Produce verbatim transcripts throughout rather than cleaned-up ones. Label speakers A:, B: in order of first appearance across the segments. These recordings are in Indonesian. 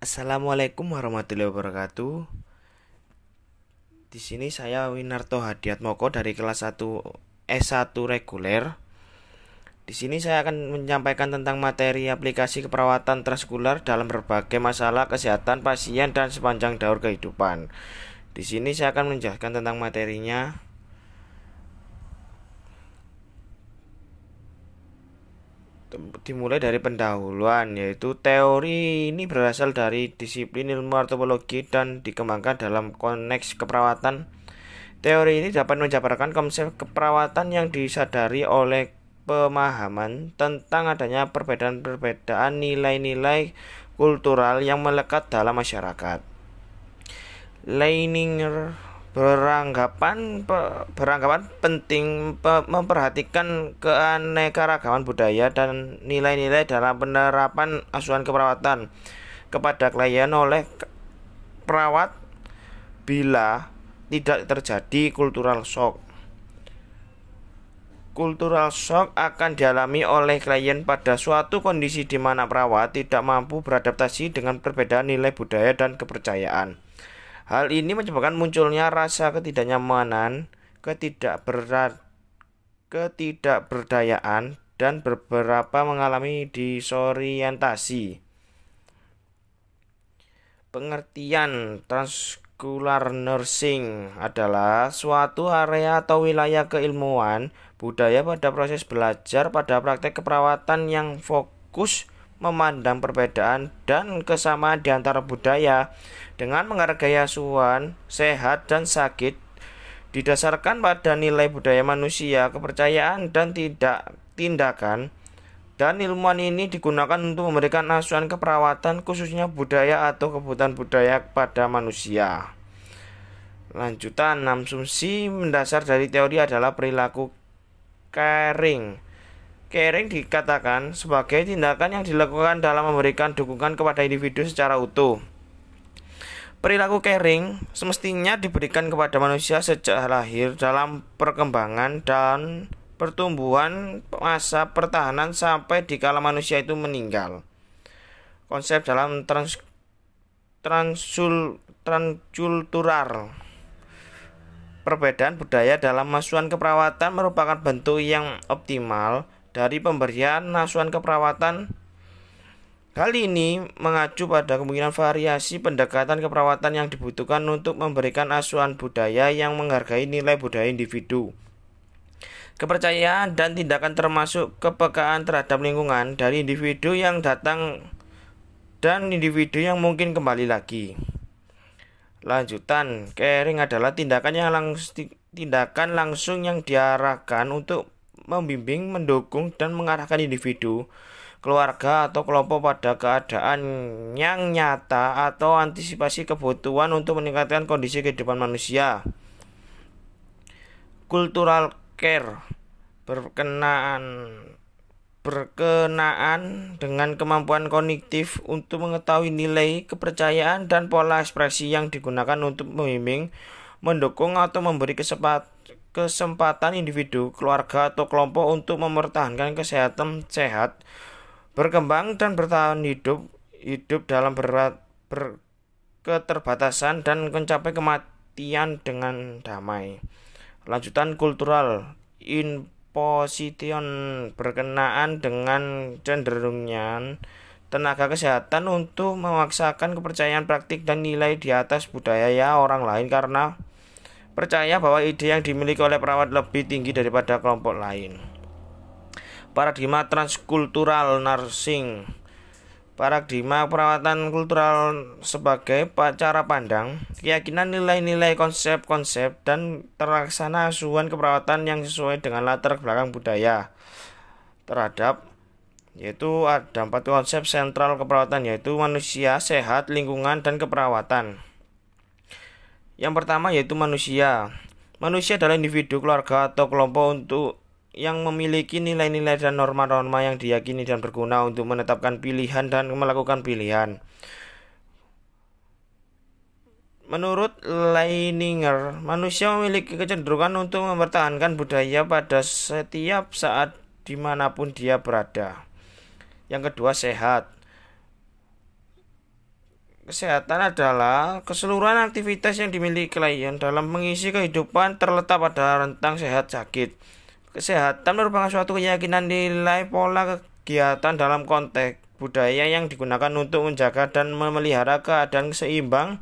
A: Assalamualaikum warahmatullahi wabarakatuh. Di sini saya Winarto Hadiatmoko dari kelas satu S satu reguler. Di sini saya akan menyampaikan tentang materi aplikasi keperawatan transkular dalam berbagai masalah kesehatan pasien dan sepanjang daur kehidupan. Di sini saya akan menjelaskan tentang materinya. Dimulai dari pendahuluan, yaitu teori ini berasal dari disiplin ilmu antropologi dan dikembangkan dalam konteks keperawatan. Teori ini dapat menjabarkan konsep keperawatan yang disadari oleh pemahaman tentang adanya perbedaan-perbedaan nilai-nilai kultural yang melekat dalam masyarakat. Leininger beranggapan beranggapan penting memperhatikan keanekaragaman budaya dan nilai-nilai dalam penerapan asuhan keperawatan kepada klien oleh perawat bila tidak terjadi cultural shock. Cultural shock akan dialami oleh klien pada suatu kondisi di mana perawat tidak mampu beradaptasi dengan perbedaan nilai budaya dan kepercayaan. Hal ini menyebabkan munculnya rasa ketidaknyamanan, ketidakberat, ketidakberdayaan, dan beberapa mengalami disorientasi. Pengertian transkular nursing adalah suatu area atau wilayah keilmuan budaya pada proses belajar pada praktek keperawatan yang fokus memandang perbedaan dan kesamaan di antara budaya dengan menghargai asuhan, sehat, dan sakit didasarkan pada nilai budaya manusia, kepercayaan, dan tidak tindakan. Dan ilmuwan ini digunakan untuk memberikan asuhan keperawatan khususnya budaya atau kebutuhan budaya pada manusia. Lanjutan, asumsi mendasar dari teori adalah perilaku caring. Caring dikatakan sebagai tindakan yang dilakukan dalam memberikan dukungan kepada individu secara utuh. Perilaku caring semestinya diberikan kepada manusia sejak lahir dalam perkembangan dan pertumbuhan masa pertahanan sampai dikala manusia itu meninggal. Konsep dalam trans transul transkultural perbedaan budaya dalam asuhan keperawatan merupakan bentuk yang optimal dari pemberian asuhan keperawatan. Hal ini mengacu pada kemungkinan variasi pendekatan keperawatan yang dibutuhkan untuk memberikan asuhan budaya yang menghargai nilai budaya individu. Kepercayaan dan tindakan termasuk kepekaan terhadap lingkungan dari individu yang datang dan individu yang mungkin kembali lagi. Lanjutan, caring adalah tindakan yang langsung, tindakan langsung yang diarahkan untuk membimbing, mendukung, dan mengarahkan individu, keluarga, atau kelompok pada keadaan yang nyata atau antisipasi kebutuhan untuk meningkatkan kondisi kehidupan manusia. Cultural care berkenaan berkenaan dengan kemampuan kognitif untuk mengetahui nilai, kepercayaan, dan pola ekspresi yang digunakan untuk membimbing, mendukung, atau memberi kesempatan kesempatan individu, keluarga, atau kelompok untuk mempertahankan kesehatan sehat, berkembang, dan bertahan hidup hidup dalam berat ber, keterbatasan dan mencapai kematian dengan damai. Lanjutan, kultural imposition berkenaan dengan cenderungnya tenaga kesehatan untuk memaksakan kepercayaan praktik dan nilai di atas budaya orang lain karena percaya bahwa ide yang dimiliki oleh perawat lebih tinggi daripada kelompok lain. Paradigma transkultural nursing. Paradigma perawatan kultural sebagai cara pandang, keyakinan, nilai-nilai, konsep-konsep, dan terlaksana asuhan keperawatan yang sesuai dengan latar belakang budaya terhadap, yaitu ada empat konsep sentral keperawatan, yaitu manusia, sehat, lingkungan, dan keperawatan. Yang pertama yaitu manusia. Manusia adalah individu, keluarga, atau kelompok untuk yang memiliki nilai-nilai dan norma-norma yang diyakini dan berguna untuk menetapkan pilihan dan melakukan pilihan. Menurut Leininger, manusia memiliki kecenderungan untuk mempertahankan budaya pada setiap saat dimanapun dia berada. Yang kedua, sehat. kesehatan adalah keseluruhan aktivitas yang dimiliki klien dalam mengisi kehidupan terletak pada rentang sehat sakit. Kesehatan merupakan suatu keyakinan nilai pola kegiatan dalam konteks budaya yang digunakan untuk menjaga dan memelihara keadaan seimbang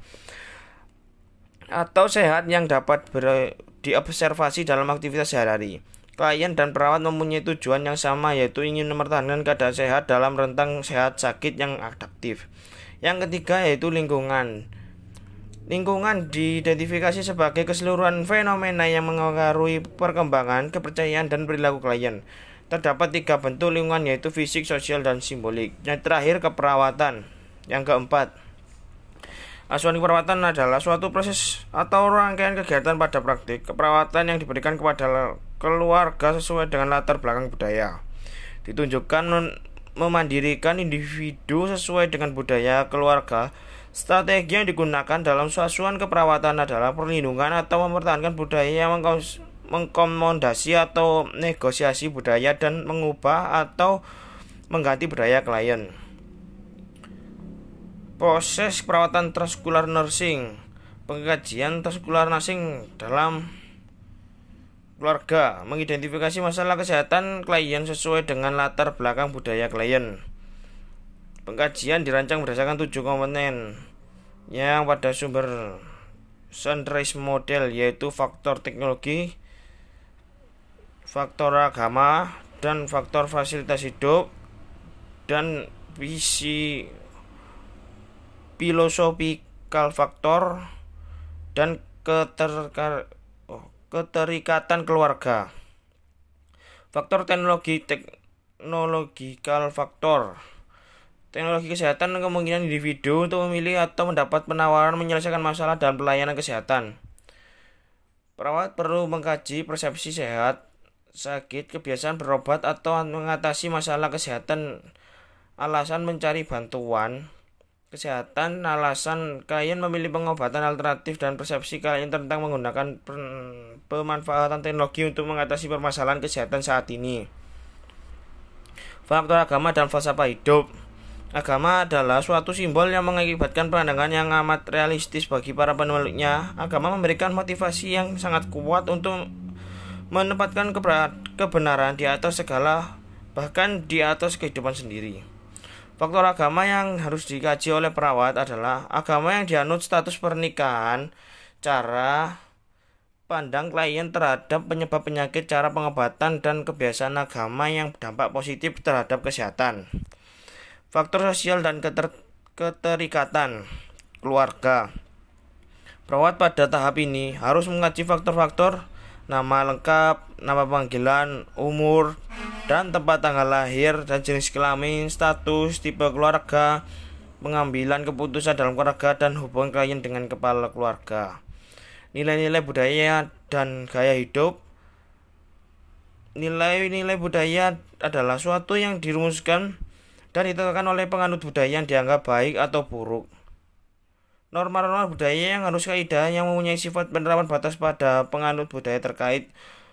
A: atau sehat yang dapat ber- diobservasi dalam aktivitas sehari-hari. Klien dan perawat mempunyai tujuan yang sama, yaitu ingin mempertahankan keadaan sehat dalam rentang sehat sakit yang adaptif. Yang ketiga yaitu lingkungan. Lingkungan diidentifikasi sebagai keseluruhan fenomena yang mengaruhi perkembangan, kepercayaan, dan perilaku klien. Terdapat tiga bentuk lingkungan, yaitu fisik, sosial, dan simbolik. Yang terakhir keperawatan. Yang keempat, asuhan keperawatan adalah suatu proses atau rangkaian kegiatan pada praktik keperawatan yang diberikan kepada keluarga sesuai dengan latar belakang budaya. Ditunjukkan memandirikan individu sesuai dengan budaya keluarga. Strategi yang digunakan dalam asuhan keperawatan adalah perlindungan atau mempertahankan budaya yang mengkomodasi atau negosiasi budaya dan mengubah atau mengganti budaya klien. Proses perawatan transkular nursing. Pengkajian transkular nursing dalam keluarga mengidentifikasi masalah kesehatan klien sesuai dengan latar belakang budaya klien. Pengkajian dirancang berdasarkan tujuh komponen yang pada sumber Sunrise Model, yaitu faktor teknologi, faktor agama, dan faktor fasilitas hidup, dan visi philosophical factor, dan keterkar keterikatan keluarga. Faktor teknologi technological factor. Teknologi kesehatan kemungkinan individu untuk memilih atau mendapat penawaran menyelesaikan masalah dalam pelayanan kesehatan. Perawat perlu mengkaji persepsi sehat, sakit, kebiasaan berobat atau mengatasi masalah kesehatan, alasan mencari bantuan kesehatan, alasan klien memilih pengobatan alternatif, dan persepsi klien tentang menggunakan pemanfaatan teknologi untuk mengatasi permasalahan kesehatan saat ini. Faktor agama dan falsafah hidup. Agama adalah suatu simbol yang mengakibatkan pandangan yang amat realistis bagi para pemeluknya. Agama memberikan motivasi yang sangat kuat untuk menempatkan kebenaran di atas segala, bahkan di atas kehidupan sendiri. Faktor agama yang harus dikaji oleh perawat adalah agama yang dianut, status pernikahan, cara pandang klien terhadap penyebab penyakit, cara pengobatan, dan kebiasaan agama yang berdampak positif terhadap kesehatan. Faktor sosial dan keter, keterikatan keluarga. Perawat pada tahap ini harus mengkaji faktor-faktor nama lengkap, nama panggilan, umur, dan tempat tanggal lahir, dan jenis kelamin, status, tipe keluarga, pengambilan keputusan dalam keluarga, dan hubungan klien dengan kepala keluarga. Nilai-nilai budaya dan gaya hidup. Nilai-nilai budaya adalah suatu yang dirumuskan dan ditetapkan oleh penganut budaya yang dianggap baik atau buruk. Norma-norma budaya yang harus kaidah yang mempunyai sifat penerapan batas pada penganut budaya terkait.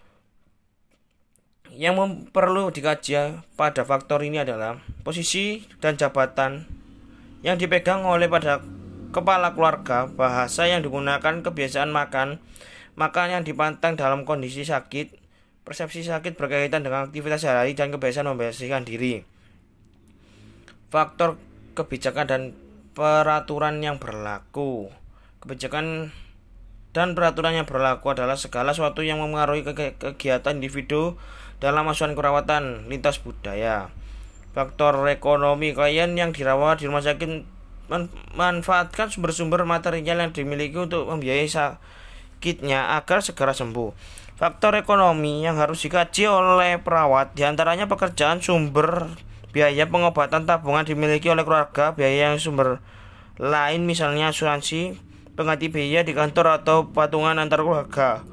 A: Yang perlu dikaji pada faktor ini adalah posisi dan jabatan yang dipegang oleh pada kepala keluarga, bahasa yang digunakan, kebiasaan makan, makan yang dipantang dalam kondisi sakit, persepsi sakit berkaitan dengan aktivitas sehari-hari, dan kebiasaan membersihkan diri. Faktor kebijakan dan peraturan yang berlaku. Kebijakan dan peraturan yang berlaku adalah segala sesuatu yang mempengaruhi kegiatan individu dalam asuhan keperawatan lintas budaya. Faktor ekonomi. Klien yang dirawat di rumah sakit memanfaatkan sumber-sumber material yang dimiliki untuk membiayai sakitnya agar segera sembuh. Faktor ekonomi yang harus dikaji oleh perawat diantaranya pekerjaan, sumber biaya pengobatan, tabungan dimiliki oleh keluarga, biaya yang sumber lain misalnya asuransi, pengganti biaya di kantor, atau patungan antar keluarga.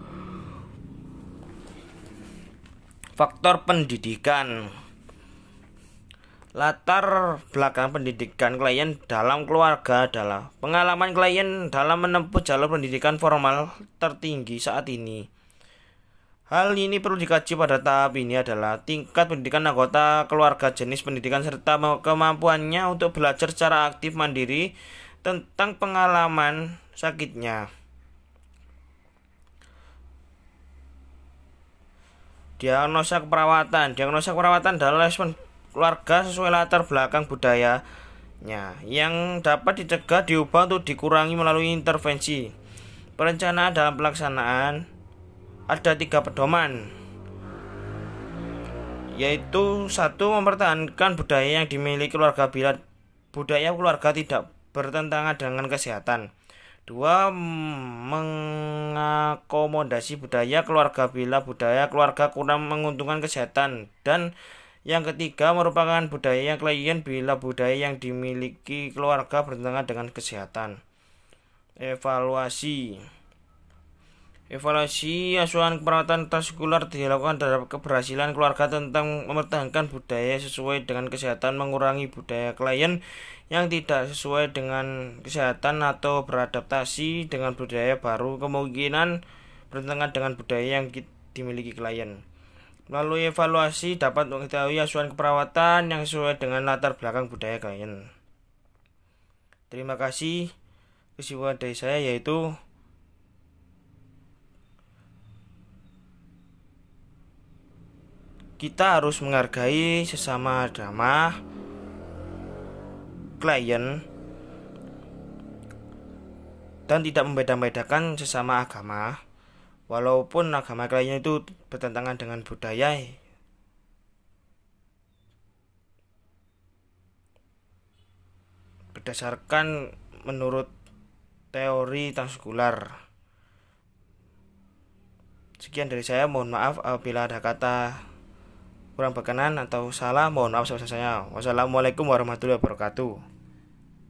A: Faktor pendidikan. Latar belakang pendidikan klien dalam keluarga adalah pengalaman klien dalam menempuh jalur pendidikan formal tertinggi saat ini. Hal ini perlu dikaji pada tahap ini adalah tingkat pendidikan anggota keluarga, jenis pendidikan, serta kemampuannya untuk belajar secara aktif mandiri tentang pengalaman sakitnya. Diagnosa keperawatan. Diagnosa keperawatan adalah respon keluarga sesuai latar belakang budayanya yang dapat dicegah, diubah, untuk dikurangi melalui intervensi. Perencanaan dalam pelaksanaan ada tiga pedoman, yaitu satu, mempertahankan budaya yang dimiliki keluarga bila budaya keluarga tidak bertentangan dengan kesehatan. Dua, mengakomodasi budaya keluarga bila budaya keluarga kurang menguntungkan kesehatan. Dan yang ketiga, merupakan budaya klien bila budaya yang dimiliki keluarga bertentangan dengan kesehatan. Evaluasi. Evaluasi asuhan keperawatan transkular dilakukan terhadap keberhasilan keluarga tentang mempertahankan budaya sesuai dengan kesehatan, mengurangi budaya klien yang tidak sesuai dengan kesehatan, atau beradaptasi dengan budaya baru kemungkinan bertentangan dengan budaya yang dimiliki klien. Melalui evaluasi dapat mengetahui asuhan keperawatan yang sesuai dengan latar belakang budaya klien. Terima kasih. Kesimpulan dari saya yaitu kita harus menghargai sesama jamaah klien dan tidak membeda-bedakan sesama agama, walaupun agama klien itu bertentangan dengan budaya. Berdasarkan menurut teori transkular. Sekian dari saya, mohon maaf apabila ada kata kurang berkenan atau salah, mohon maaf sebesar-besarnya. Wassalamualaikum warahmatullahi wabarakatuh.